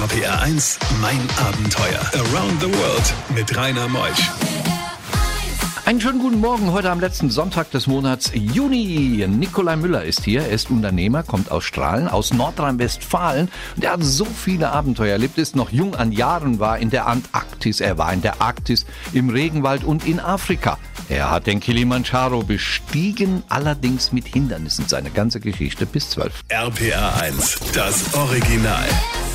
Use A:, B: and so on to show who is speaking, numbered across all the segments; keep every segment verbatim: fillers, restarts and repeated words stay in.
A: R P R eins, mein Abenteuer. Around the World mit Rainer Meusch.
B: Einen schönen guten Morgen, heute am letzten Sonntag des Monats Juni. Nikolai Müller ist hier, er ist Unternehmer, kommt aus Strahlen, aus Nordrhein-Westfalen. Und er hat so viele Abenteuer erlebt, ist noch jung an Jahren, war in der Antarktis, er war in der Arktis, im Regenwald und in Afrika. Er hat den Kilimanjaro bestiegen, allerdings mit Hindernissen, seine ganze Geschichte bis zwölf.
A: R P R eins, das Original.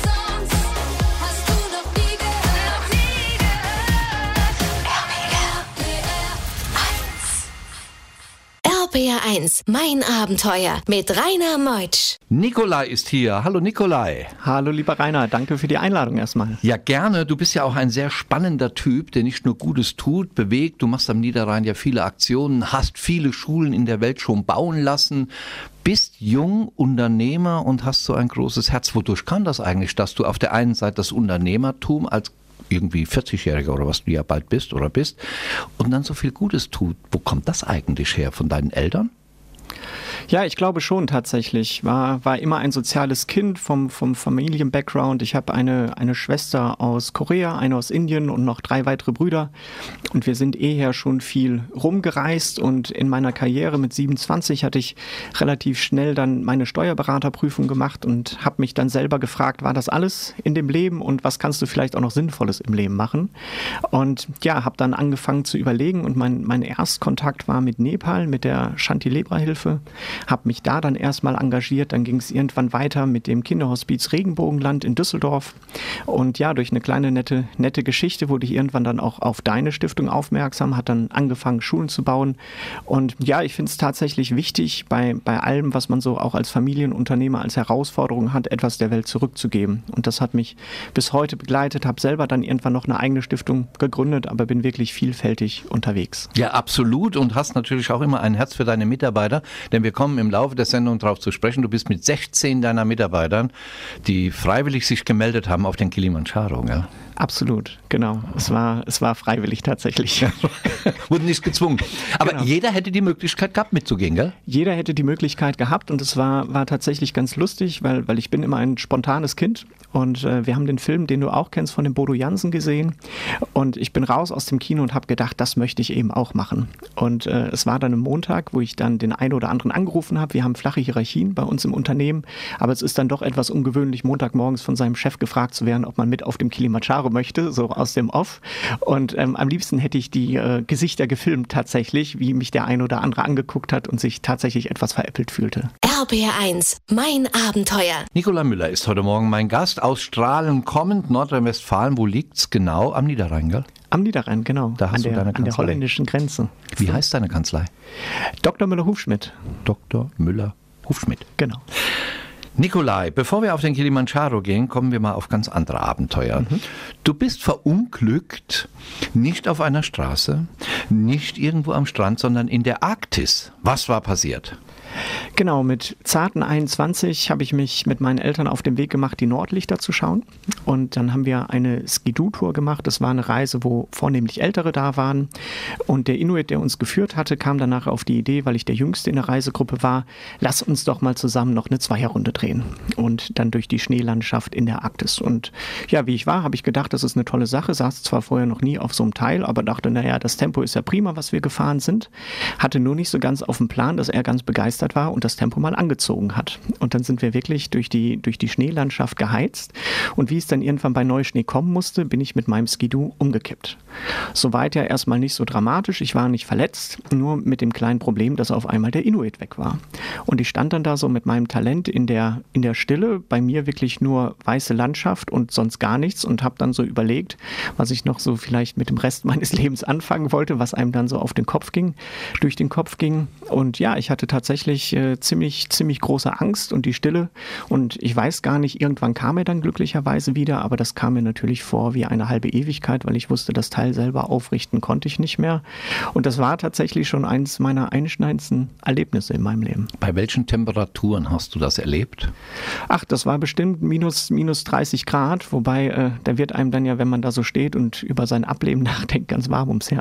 C: R P R eins, mein Abenteuer mit Rainer Meutsch.
B: Nikolai ist hier. Hallo Nikolai.
D: Hallo lieber Rainer, danke für die Einladung erstmal.
B: Ja, gerne. Du bist ja auch ein sehr spannender Typ, der nicht nur Gutes tut, bewegt. Du machst am Niederrhein ja viele Aktionen, hast viele Schulen in der Welt schon bauen lassen, bist jung, Unternehmer und hast so ein großes Herz. Wodurch kam das eigentlich, dass du auf der einen Seite das Unternehmertum als irgendwie vierzigjähriger oder was du ja bald bist oder bist und dann so viel Gutes tut? Wo kommt das eigentlich her? Von deinen Eltern?
D: Ja, ich glaube schon tatsächlich. War, war immer ein soziales Kind vom, vom Familien-Background. Ich habe eine, eine Schwester aus Korea, eine aus Indien und noch drei weitere Brüder. Und wir sind eher schon viel rumgereist. Und in meiner Karriere mit siebenundzwanzig hatte ich relativ schnell dann meine Steuerberaterprüfung gemacht und habe mich dann selber gefragt, war das alles in dem Leben und was kannst du vielleicht auch noch Sinnvolles im Leben machen? Und ja, habe dann angefangen zu überlegen und mein, mein Erstkontakt war mit Nepal, mit der Shanti-Lepra-Hilfe. Habe mich da dann erstmal engagiert, dann ging es irgendwann weiter mit dem Kinderhospiz Regenbogenland in Düsseldorf und ja, durch eine kleine nette, nette Geschichte wurde ich irgendwann dann auch auf deine Stiftung aufmerksam, hat dann angefangen Schulen zu bauen und ja, ich finde es tatsächlich wichtig, bei, bei allem, was man so auch als Familienunternehmer als Herausforderung hat, etwas der Welt zurückzugeben und das hat mich bis heute begleitet, habe selber dann irgendwann noch eine eigene Stiftung gegründet, aber bin wirklich vielfältig unterwegs.
B: Ja, absolut und hast natürlich auch immer ein Herz für deine Mitarbeiter, denn wir kommen im Laufe der Sendung darauf zu sprechen. Du bist mit sechzehn deiner Mitarbeitern, die freiwillig sich gemeldet haben auf den Kilimanjaro, gell?
D: Absolut, genau. Es war, es war freiwillig tatsächlich.
B: Wurden nicht gezwungen. Aber
D: Genau.
B: Jeder hätte die Möglichkeit gehabt, mitzugehen, gell?
D: Jeder hätte die Möglichkeit gehabt und es war, war tatsächlich ganz lustig, weil, weil ich bin immer ein spontanes Kind und äh, wir haben den Film, den du auch kennst, von dem Bodo Jansen gesehen und ich bin raus aus dem Kino und habe gedacht, das möchte ich eben auch machen. Und äh, es war dann ein Montag, wo ich dann den einen oder anderen angerufen habe. Wir haben flache Hierarchien bei uns im Unternehmen, aber es ist dann doch etwas ungewöhnlich, Montagmorgens von seinem Chef gefragt zu werden, ob man mit auf dem Kilimanjaro möchte, so aus dem Off. Und ähm, am liebsten hätte ich die äh, Gesichter gefilmt tatsächlich, wie mich der ein oder andere angeguckt hat und sich tatsächlich etwas veräppelt fühlte.
C: R P R eins, mein Abenteuer.
B: Nikolai Müller ist heute Morgen mein Gast, aus Strahlen kommend, Nordrhein-Westfalen. Wo liegt's genau? Am Niederrhein, gell?
D: Am Niederrhein, genau.
B: Da hast
D: an,
B: du
D: der,
B: deine
D: an der
B: Kanzlei.
D: holländischen Grenze.
B: Wie heißt deine Kanzlei?
D: Doktor Müller-Hufschmidt.
B: Doktor Müller-Hufschmidt.
D: Genau.
B: Nikolai, bevor wir auf den Kilimanjaro gehen, kommen wir mal auf ganz andere Abenteuer. Mhm. Du bist verunglückt, nicht auf einer Straße, nicht irgendwo am Strand, sondern in der Arktis. Was war passiert?
D: Genau, mit zarten einundzwanzig habe ich mich mit meinen Eltern auf den Weg gemacht, die Nordlichter zu schauen. Und dann haben wir eine Ski-Doo-Tour gemacht. Das war eine Reise, wo vornehmlich Ältere da waren. Und der Inuit, der uns geführt hatte, kam danach auf die Idee, weil ich der Jüngste in der Reisegruppe war, lass uns doch mal zusammen noch eine Zweierrunde drehen. Und dann durch die Schneelandschaft in der Arktis. Und ja, wie ich war, habe ich gedacht, das ist eine tolle Sache. Saß zwar vorher noch nie auf so einem Teil, aber dachte, naja, das Tempo ist ja prima, was wir gefahren sind. Hatte nur nicht so ganz auf dem Plan, dass er ganz begeistert war und das Tempo mal angezogen hat. Und dann sind wir wirklich durch die, durch die Schneelandschaft geheizt. Und wie es dann irgendwann bei Neuschnee kommen musste, bin ich mit meinem Ski-Doo umgekippt. Soweit ja erstmal nicht so dramatisch. Ich war nicht verletzt, nur mit dem kleinen Problem, dass auf einmal der Inuit weg war. Und ich stand dann da so mit meinem Talent in der, in der Stille, bei mir wirklich nur weiße Landschaft und sonst gar nichts und habe dann so überlegt, was ich noch so vielleicht mit dem Rest meines Lebens anfangen wollte, was einem dann so auf den Kopf ging, durch den Kopf ging. Und ja, ich hatte tatsächlich äh, ziemlich, ziemlich große Angst und die Stille. Und ich weiß gar nicht, irgendwann kam er dann glücklicherweise wieder, aber das kam mir natürlich vor wie eine halbe Ewigkeit, weil ich wusste, das Teil selber aufrichten konnte ich nicht mehr. Und das war tatsächlich schon eines meiner einschneidendsten Erlebnisse in meinem Leben.
B: Bei welchen Temperaturen hast du das erlebt?
D: Ach, das war bestimmt minus, minus dreißig Grad, wobei äh, da wird einem dann ja, wenn man da so steht und über sein Ableben nachdenkt, ganz warm ums Herz.
C: Bei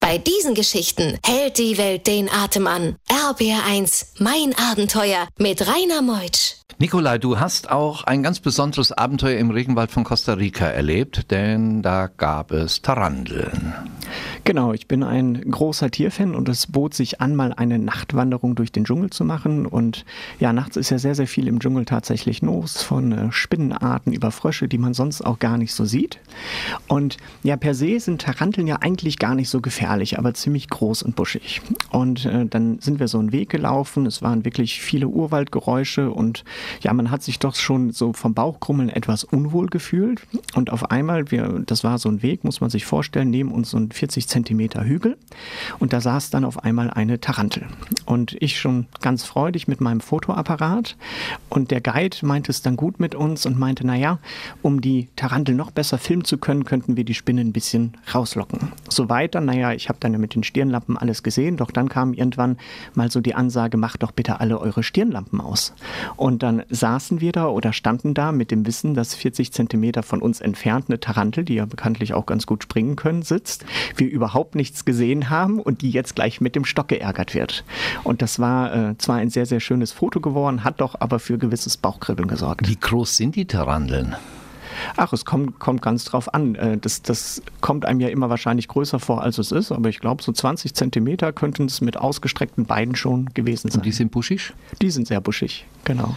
C: Bei diesen Geschichten hält die Welt den Atem an. R B R eins, mein Abenteuer mit Rainer Meutsch.
B: Nikolai, du hast auch ein ganz besonderes Abenteuer im Regenwald von Costa Rica erlebt, denn da gab es Taranteln.
D: Genau, ich bin ein großer Tierfan und es bot sich an, mal eine Nachtwanderung durch den Dschungel zu machen. Und ja, nachts ist ja sehr, sehr viel im Dschungel tatsächlich los, von äh, Spinnenarten über Frösche, die man sonst auch gar nicht so sieht. Und ja, per se sind Taranteln ja eigentlich gar nicht so gefährlich, aber ziemlich groß und buschig. Und äh, dann sind wir so einen Weg gelaufen, es waren wirklich viele Urwaldgeräusche und ja, man hat sich doch schon so vom Bauchkrummeln etwas unwohl gefühlt. Und auf einmal, wir, das war so ein Weg, muss man sich vorstellen, neben uns so ein vierzig Zentimeter Hügel. Und da saß dann auf einmal eine Tarantel. Und ich schon ganz freudig mit meinem Fotoapparat. Und der Guide meinte es dann gut mit uns und meinte, naja, um die Tarantel noch besser filmen zu können, könnten wir die Spinne ein bisschen rauslocken. Soweit dann, naja, ich habe dann ja mit den Stirnlampen alles gesehen, doch dann kam irgendwann mal so die Ansage, macht doch bitte alle eure Stirnlampen aus. Und dann saßen wir da oder standen da mit dem Wissen, dass vierzig Zentimeter von uns entfernt eine Tarantel, die ja bekanntlich auch ganz gut springen können, sitzt, wir überhaupt nichts gesehen haben und die jetzt gleich mit dem Stock geärgert wird. Und das war äh, zwar ein sehr, sehr schönes Foto geworden, hat doch aber für gewisses Bauchkribbeln gesorgt.
B: Wie groß sind die Taranteln?
D: Ach, es kommt, kommt ganz drauf an. Das, das kommt einem ja immer wahrscheinlich größer vor, als es ist. Aber ich glaube, so zwanzig Zentimeter könnten es mit ausgestreckten Beinen schon gewesen sein.
B: Und die sind buschig?
D: Die sind sehr buschig, genau.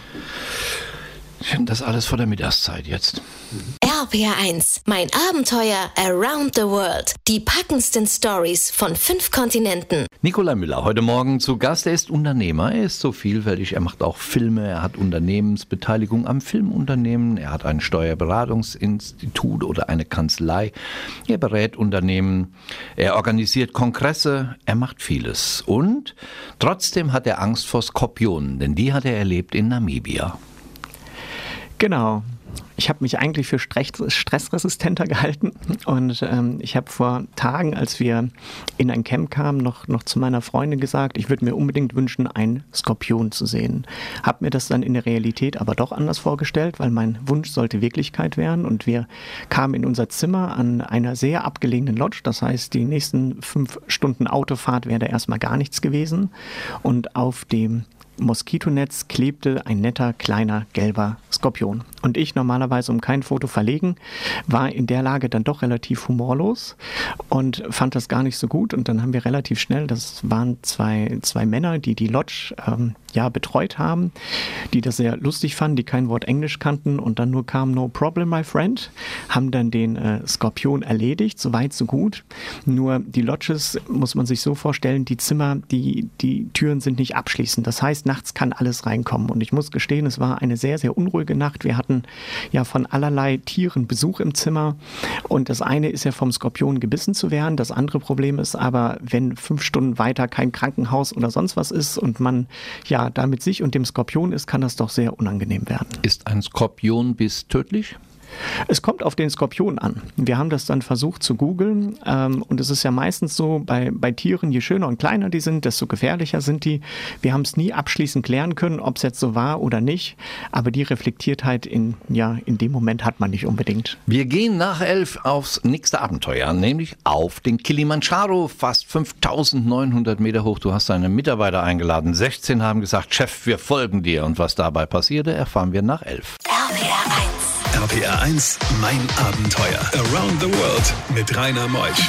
B: Das alles vor der Mittagszeit jetzt.
C: R B R eins, mein Abenteuer around the world. Die packendsten Stories von fünf Kontinenten.
B: Nikolai Müller, heute Morgen zu Gast. Er ist Unternehmer, er ist so vielfältig. Er macht auch Filme, er hat Unternehmensbeteiligung am Filmunternehmen. Er hat ein Steuerberatungsinstitut oder eine Kanzlei. Er berät Unternehmen, er organisiert Kongresse, er macht vieles. Und trotzdem hat er Angst vor Skorpionen, denn die hat er erlebt in Namibia.
D: Genau. Ich habe mich eigentlich für stressresistenter gehalten und ähm, ich habe vor Tagen, als wir in ein Camp kamen, noch, noch zu meiner Freundin gesagt, ich würde mir unbedingt wünschen, einen Skorpion zu sehen. Habe mir das dann in der Realität aber doch anders vorgestellt, weil mein Wunsch sollte Wirklichkeit werden und wir kamen in unser Zimmer an einer sehr abgelegenen Lodge, das heißt, die nächsten fünf Stunden Autofahrt wäre da erstmal gar nichts gewesen und auf dem Moskitonetz klebte ein netter, kleiner, gelber Skorpion. Und ich, normalerweise um kein Foto verlegen, war in der Lage dann doch relativ humorlos und fand das gar nicht so gut. Und dann haben wir relativ schnell, das waren zwei, zwei Männer, die die Lodge ähm, ja, betreut haben, die das sehr lustig fanden, die kein Wort Englisch kannten und dann nur kam "No problem, my friend", haben dann den äh, Skorpion erledigt, so weit, so gut. Nur die Lodges, muss man sich so vorstellen, die Zimmer, die, die Türen sind nicht abschließend. Das heißt, nachts kann alles reinkommen. Und ich muss gestehen, es war eine sehr, sehr unruhige Nacht. Wir hatten ja von allerlei Tieren Besuch im Zimmer. Und das eine ist ja vom Skorpion gebissen zu werden. Das andere Problem ist aber, wenn fünf Stunden weiter kein Krankenhaus oder sonst was ist und man ja da mit sich und dem Skorpion ist, kann das doch sehr unangenehm werden.
B: Ist ein Skorpionbiss tödlich?
D: Es kommt auf den Skorpion an. Wir haben das dann versucht zu googeln ähm, und es ist ja meistens so, bei, bei Tieren, je schöner und kleiner die sind, desto gefährlicher sind die. Wir haben es nie abschließend klären können, ob es jetzt so war oder nicht, aber die Reflektiertheit in, ja, in dem Moment hat man nicht unbedingt.
B: Wir gehen nach elf aufs nächste Abenteuer, nämlich auf den Kilimanjaro, fast fünftausendneunhundert Meter hoch. Du hast deine Mitarbeiter eingeladen, sechzehn haben gesagt, Chef, wir folgen dir. Und was dabei passierte, erfahren wir nach elf.
C: R B R eins.
A: R P R eins, mein Abenteuer. Around the World mit Rainer Meutsch.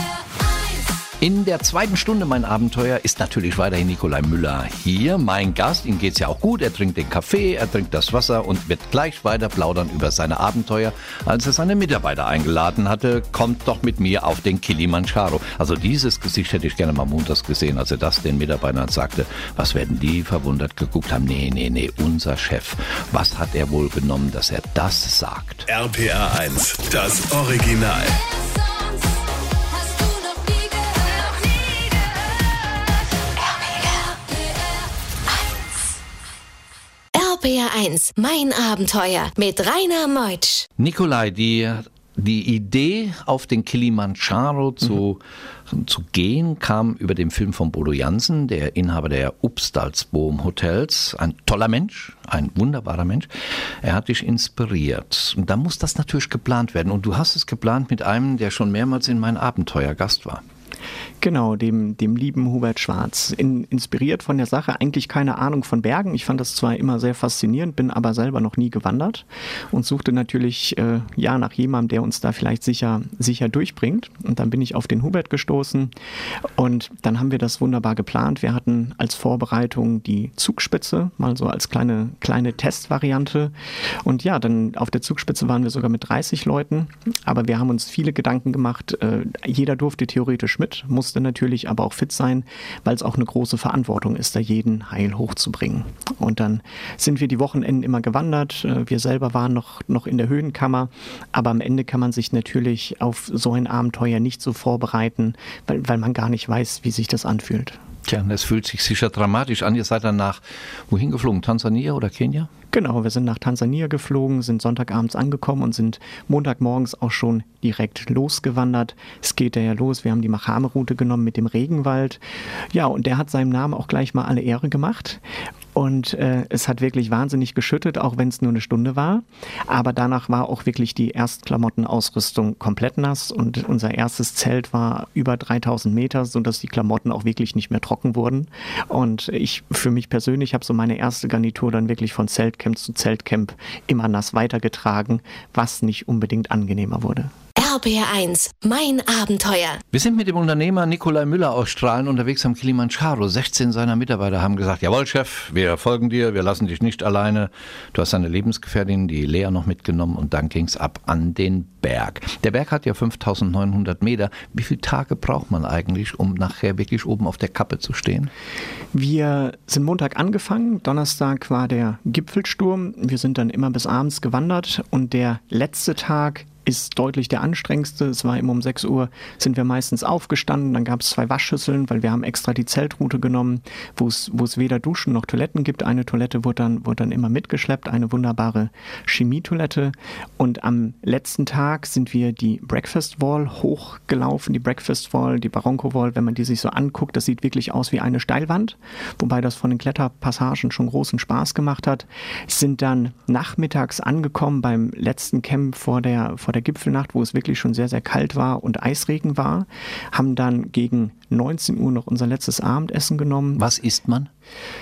B: In der zweiten Stunde mein Abenteuer ist natürlich weiterhin Nikolai Müller hier, mein Gast. Ihm geht's ja auch gut, er trinkt den Kaffee, er trinkt das Wasser und wird gleich weiter plaudern über seine Abenteuer. Als er seine Mitarbeiter eingeladen hatte, kommt doch mit mir auf den Kilimanjaro. Also dieses Gesicht hätte ich gerne mal montags gesehen, als er das den Mitarbeitern sagte. Was werden die verwundert geguckt haben? Nee, nee, nee, unser Chef. Was hat er wohl genommen, dass er das sagt?
A: R P R eins, das Original.
C: R B R eins, mein Abenteuer mit Rainer Meutsch.
B: Nikolai, die, die Idee, auf den Kilimanjaro zu, mhm. zu gehen, kam über den Film von Bodo Jansen, der Inhaber der Upstalsboom Hotels. Ein toller Mensch, ein wunderbarer Mensch. Er hat dich inspiriert. Und da muss das natürlich geplant werden. Und du hast es geplant mit einem, der schon mehrmals in mein Abenteuer Gast war.
D: Genau, dem, dem lieben Hubert Schwarz. In, inspiriert von der Sache, eigentlich keine Ahnung von Bergen. Ich fand das zwar immer sehr faszinierend, bin aber selber noch nie gewandert und suchte natürlich äh, ja nach jemandem, der uns da vielleicht sicher, sicher durchbringt. Und dann bin ich auf den Hubert gestoßen und dann haben wir das wunderbar geplant. Wir hatten als Vorbereitung die Zugspitze, mal so als kleine, kleine Testvariante. Und ja, dann auf der Zugspitze waren wir sogar mit dreißig Leuten, aber wir haben uns viele Gedanken gemacht. Äh, jeder durfte theoretisch mit, musste natürlich aber auch fit sein, weil es auch eine große Verantwortung ist, da jeden heil hochzubringen. Und dann sind wir die Wochenenden immer gewandert. Wir selber waren noch, noch in der Höhenkammer, aber am Ende kann man sich natürlich auf so ein Abenteuer nicht so vorbereiten, weil, weil man gar nicht weiß, wie sich das anfühlt.
B: Tja, das fühlt sich sicher dramatisch an. Ihr seid dann nach wohin geflogen? Tansania oder Kenia?
D: Genau, wir sind nach Tansania geflogen, sind Sonntagabends angekommen und sind Montagmorgens auch schon direkt losgewandert. Es geht ja los, wir haben die Machame-Route genommen mit dem Regenwald. Ja, und der hat seinem Namen auch gleich mal alle Ehre gemacht. Und äh, es hat wirklich wahnsinnig geschüttet, auch wenn es nur eine Stunde war. Aber danach war auch wirklich die Erstklamottenausrüstung komplett nass und unser erstes Zelt war über dreitausend Meter, sodass die Klamotten auch wirklich nicht mehr trocken wurden. Und ich für mich persönlich habe so meine erste Garnitur dann wirklich von Zeltcamp zu Zeltcamp immer nass weitergetragen, was nicht unbedingt angenehmer wurde.
C: R B R eins, mein Abenteuer.
B: Wir sind mit dem Unternehmer Nikolai Müller aus Strahlen unterwegs am Kilimanjaro. sechzehn seiner Mitarbeiter haben gesagt, jawohl Chef, wir folgen dir, wir lassen dich nicht alleine. Du hast deine Lebensgefährtin, die Lea, noch mitgenommen und dann ging's ab an den Berg. Der Berg hat ja fünftausendneunhundert Meter. Wie viele Tage braucht man eigentlich, um nachher wirklich oben auf der Kappe zu stehen?
D: Wir sind Montag angefangen, Donnerstag war der Gipfelsturm. Wir sind dann immer bis abends gewandert und der letzte Tag ist deutlich der anstrengendste. Es war immer um sechs Uhr, sind wir meistens aufgestanden. Dann gab es zwei Waschschüsseln, weil wir haben extra die Zeltroute genommen, wo es, wo es weder Duschen noch Toiletten gibt. Eine Toilette wurde dann, wurde dann immer mitgeschleppt, eine wunderbare Chemietoilette. Und am letzten Tag sind wir die Breakfast Wall hochgelaufen. Die Breakfast Wall, die Barranco Wall, wenn man die sich so anguckt, das sieht wirklich aus wie eine Steilwand, wobei das von den Kletterpassagen schon großen Spaß gemacht hat. Sind dann nachmittags angekommen beim letzten Camp vor der, vor der Gipfelnacht, wo es wirklich schon sehr, sehr kalt war und Eisregen war, haben dann gegen neunzehn Uhr noch unser letztes Abendessen genommen.
B: Was isst man?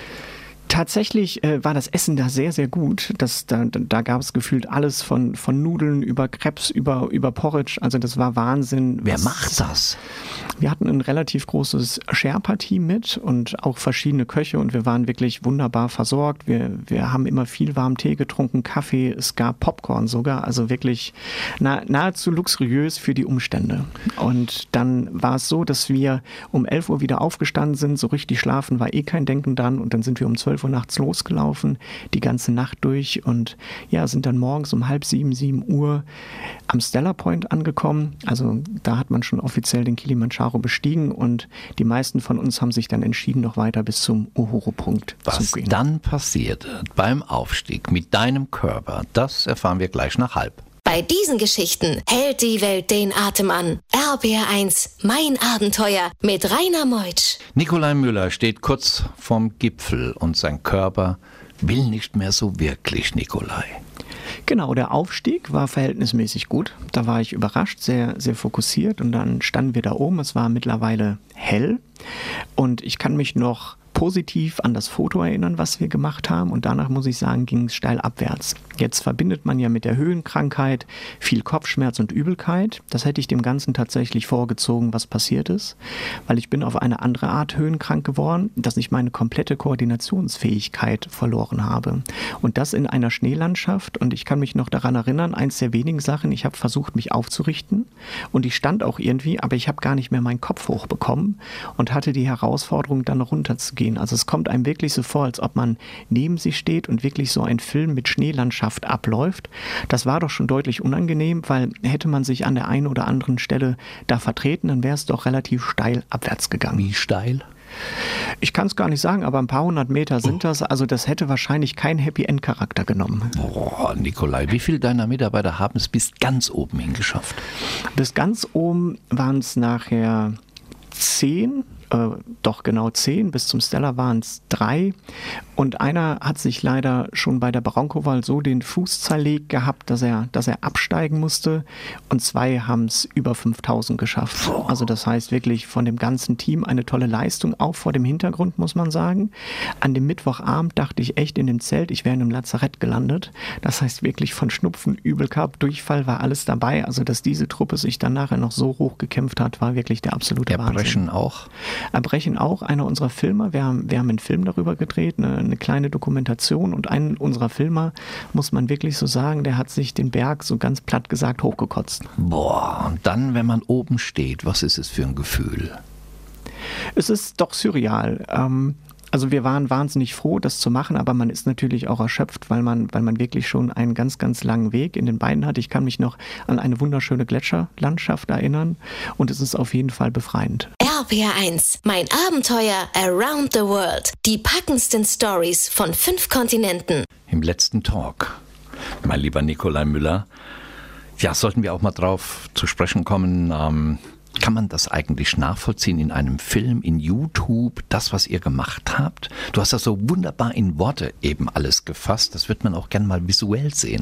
D: Tatsächlich äh, war das Essen da sehr, sehr gut. Das, da da gab es gefühlt alles von, von Nudeln über Crepes, über, über Porridge. Also das war Wahnsinn.
B: Wer macht das?
D: Wir hatten ein relativ großes Sherpa-Team mit und auch verschiedene Köche und wir waren wirklich wunderbar versorgt. Wir, wir haben immer viel warmen Tee getrunken, Kaffee, es gab Popcorn sogar. Also wirklich nah, nahezu luxuriös für die Umstände. Und dann war es so, dass wir um elf Uhr wieder aufgestanden sind. So richtig schlafen war eh kein Denken dran und dann sind wir um zwölf Uhr nachts losgelaufen, die ganze Nacht durch und ja, sind dann morgens um halb sieben, sieben Uhr am Stella Point angekommen. Also da hat man schon offiziell den Kilimanjaro bestiegen und die meisten von uns haben sich dann entschieden, noch weiter bis zum Uhuru-Punkt zu gehen.
B: Was dann passierte beim Aufstieg mit deinem Körper, das erfahren wir gleich nach halb.
C: Bei diesen Geschichten hält die Welt den Atem an. R B R eins, mein Abenteuer mit Rainer Meutsch.
B: Nikolai Müller steht kurz vorm Gipfel und sein Körper will nicht mehr so wirklich, Nikolai.
D: Genau, der Aufstieg war verhältnismäßig gut. Da war ich überrascht, sehr, sehr fokussiert und dann standen wir da oben. Es war mittlerweile hell und ich kann mich noch positiv an das Foto erinnern, was wir gemacht haben und danach, muss ich sagen, ging es steil abwärts. Jetzt verbindet man ja mit der Höhenkrankheit viel Kopfschmerz und Übelkeit. Das hätte ich dem Ganzen tatsächlich vorgezogen, was passiert ist, weil ich bin auf eine andere Art höhenkrank geworden, dass ich meine komplette Koordinationsfähigkeit verloren habe. Und das in einer Schneelandschaft und ich kann mich noch daran erinnern, eins der wenigen Sachen, ich habe versucht, mich aufzurichten und ich stand auch irgendwie, aber ich habe gar nicht mehr meinen Kopf hochbekommen und hatte die Herausforderung, dann runterzugehen. Also es kommt einem wirklich so vor, als ob man neben sich steht und wirklich so ein Film mit Schneelandschaft abläuft. Das war doch schon deutlich unangenehm, weil hätte man sich an der einen oder anderen Stelle da vertreten, dann wäre es doch relativ steil abwärts gegangen.
B: Wie steil?
D: Ich kann es gar nicht sagen, aber ein paar hundert Meter sind das. Also das hätte wahrscheinlich keinen Happy-End-Charakter genommen.
B: Boah, Nikolai, wie viele deiner Mitarbeiter haben es bis ganz oben hingeschafft?
D: Bis ganz oben waren es nachher zehn, äh, doch genau zehn, bis zum Stella waren es drei. Und einer hat sich leider schon bei der Broncoval so den Fuß zerlegt gehabt, dass er, dass er absteigen musste. Und zwei haben es über fünftausend geschafft. Also das heißt wirklich von dem ganzen Team eine tolle Leistung, auch vor dem Hintergrund, muss man sagen. An dem Mittwochabend dachte ich echt in dem Zelt, ich wäre in einem Lazarett gelandet. Das heißt wirklich von Schnupfen, Übelkeit, Durchfall war alles dabei. Also dass diese Truppe sich dann nachher noch so hoch gekämpft hat, war wirklich der absolute Wahnsinn.
B: Erbrechen auch?
D: Erbrechen auch, einer unserer Filmer. Wir haben, wir haben einen Film darüber gedreht, eine, eine kleine Dokumentation, und einen unserer Filmer, muss man wirklich so sagen, der hat sich den Berg so ganz platt gesagt hochgekotzt.
B: Boah, und dann, wenn man oben steht, was ist es für ein Gefühl?
D: Es ist doch surreal. Ähm, Also wir waren wahnsinnig froh, das zu machen, aber man ist natürlich auch erschöpft, weil man, weil man wirklich schon einen ganz, ganz langen Weg in den Beinen hat. Ich kann mich noch an eine wunderschöne Gletscherlandschaft erinnern, und es ist auf jeden Fall befreiend.
C: R P R eins, mein Abenteuer Around the World. Die packendsten Stories von fünf Kontinenten.
B: Im letzten Talk, mein lieber Nikolai Müller, ja, sollten wir auch mal drauf zu sprechen kommen, ähm, kann man das eigentlich nachvollziehen in einem Film, in YouTube, das, was ihr gemacht habt? Du hast das so wunderbar in Worte eben alles gefasst. Das wird man auch gern mal visuell sehen.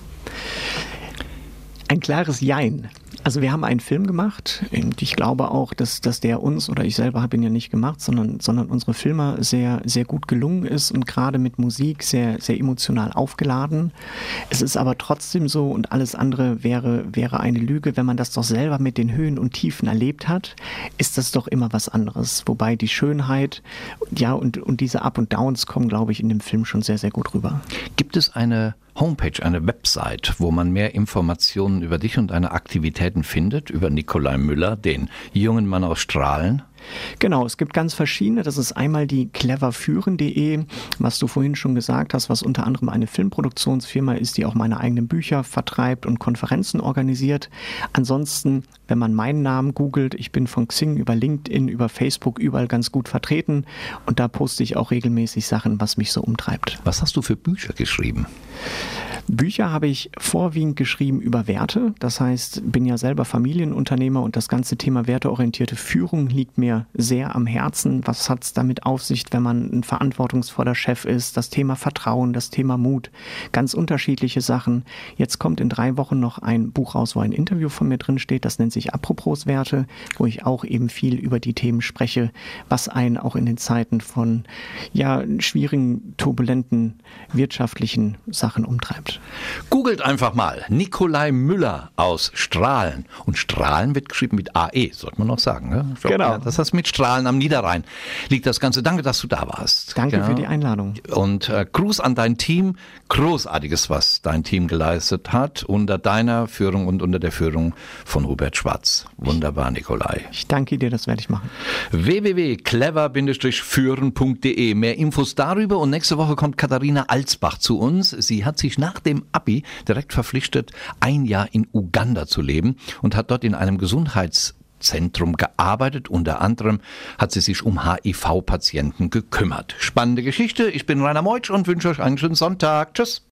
D: Ein klares Jein. Also wir haben einen Film gemacht, und ich glaube auch, dass, dass der uns, oder ich selber habe ihn ja nicht gemacht, sondern, sondern unsere Filme sehr, sehr gut gelungen ist und gerade mit Musik sehr, sehr emotional aufgeladen. Es ist aber trotzdem so, und alles andere wäre, wäre eine Lüge, wenn man das doch selber mit den Höhen und Tiefen erlebt hat, ist das doch immer was anderes. Wobei die Schönheit, ja, und, und diese Up und Downs kommen, glaube ich, in dem Film schon sehr, sehr gut rüber.
B: Gibt es eine Homepage, eine Website, wo man mehr Informationen über dich und deine Aktivitäten findet, über Nikolai Müller, den jungen Mann aus Strahlen?
D: Genau, es gibt ganz verschiedene. Das ist einmal die cleverführen punkt de, was du vorhin schon gesagt hast, was unter anderem eine Filmproduktionsfirma ist, die auch meine eigenen Bücher vertreibt und Konferenzen organisiert. Ansonsten, wenn man meinen Namen googelt, ich bin von Xing über LinkedIn, über Facebook überall ganz gut vertreten, und da poste ich auch regelmäßig Sachen, was mich so umtreibt.
B: Was hast du für Bücher geschrieben?
D: Bücher habe ich vorwiegend geschrieben über Werte. Das heißt, bin ja selber Familienunternehmer, und das ganze Thema werteorientierte Führung liegt mir sehr am Herzen. Was hat es damit auf sich, wenn man ein verantwortungsvoller Chef ist? Das Thema Vertrauen, das Thema Mut, ganz unterschiedliche Sachen. Jetzt kommt in drei Wochen noch ein Buch raus, wo ein Interview von mir drin steht. Das nennt sich Apropos Werte, wo ich auch eben viel über die Themen spreche, was einen auch in den Zeiten von ja, schwierigen, turbulenten wirtschaftlichen Sachen umtreibt.
B: Googelt einfach mal Nikolai Müller aus Strahlen. Und Strahlen wird geschrieben mit A E, sollte man noch sagen. Ne? Glaub,
D: genau.
B: Ja, das heißt mit Strahlen am Niederrhein liegt das Ganze. Danke, dass du da warst.
D: Danke
B: ja.
D: für die Einladung.
B: Und äh, Gruß an dein Team. Großartiges, was dein Team geleistet hat, unter deiner Führung und unter der Führung von Hubert Schwarz. Wunderbar, Nikolai.
D: Ich danke dir, das werde ich machen.
B: w w w punkt clever führen punkt de. Mehr Infos darüber, und nächste Woche kommt Katharina Alsbach zu uns. Sie hat sich nach dem Abi direkt verpflichtet, ein Jahr in Uganda zu leben, und hat dort in einem Gesundheitszentrum gearbeitet. Unter anderem hat sie sich um H I V-Patienten gekümmert. Spannende Geschichte. Ich bin Rainer Meutsch und wünsche euch einen schönen Sonntag. Tschüss.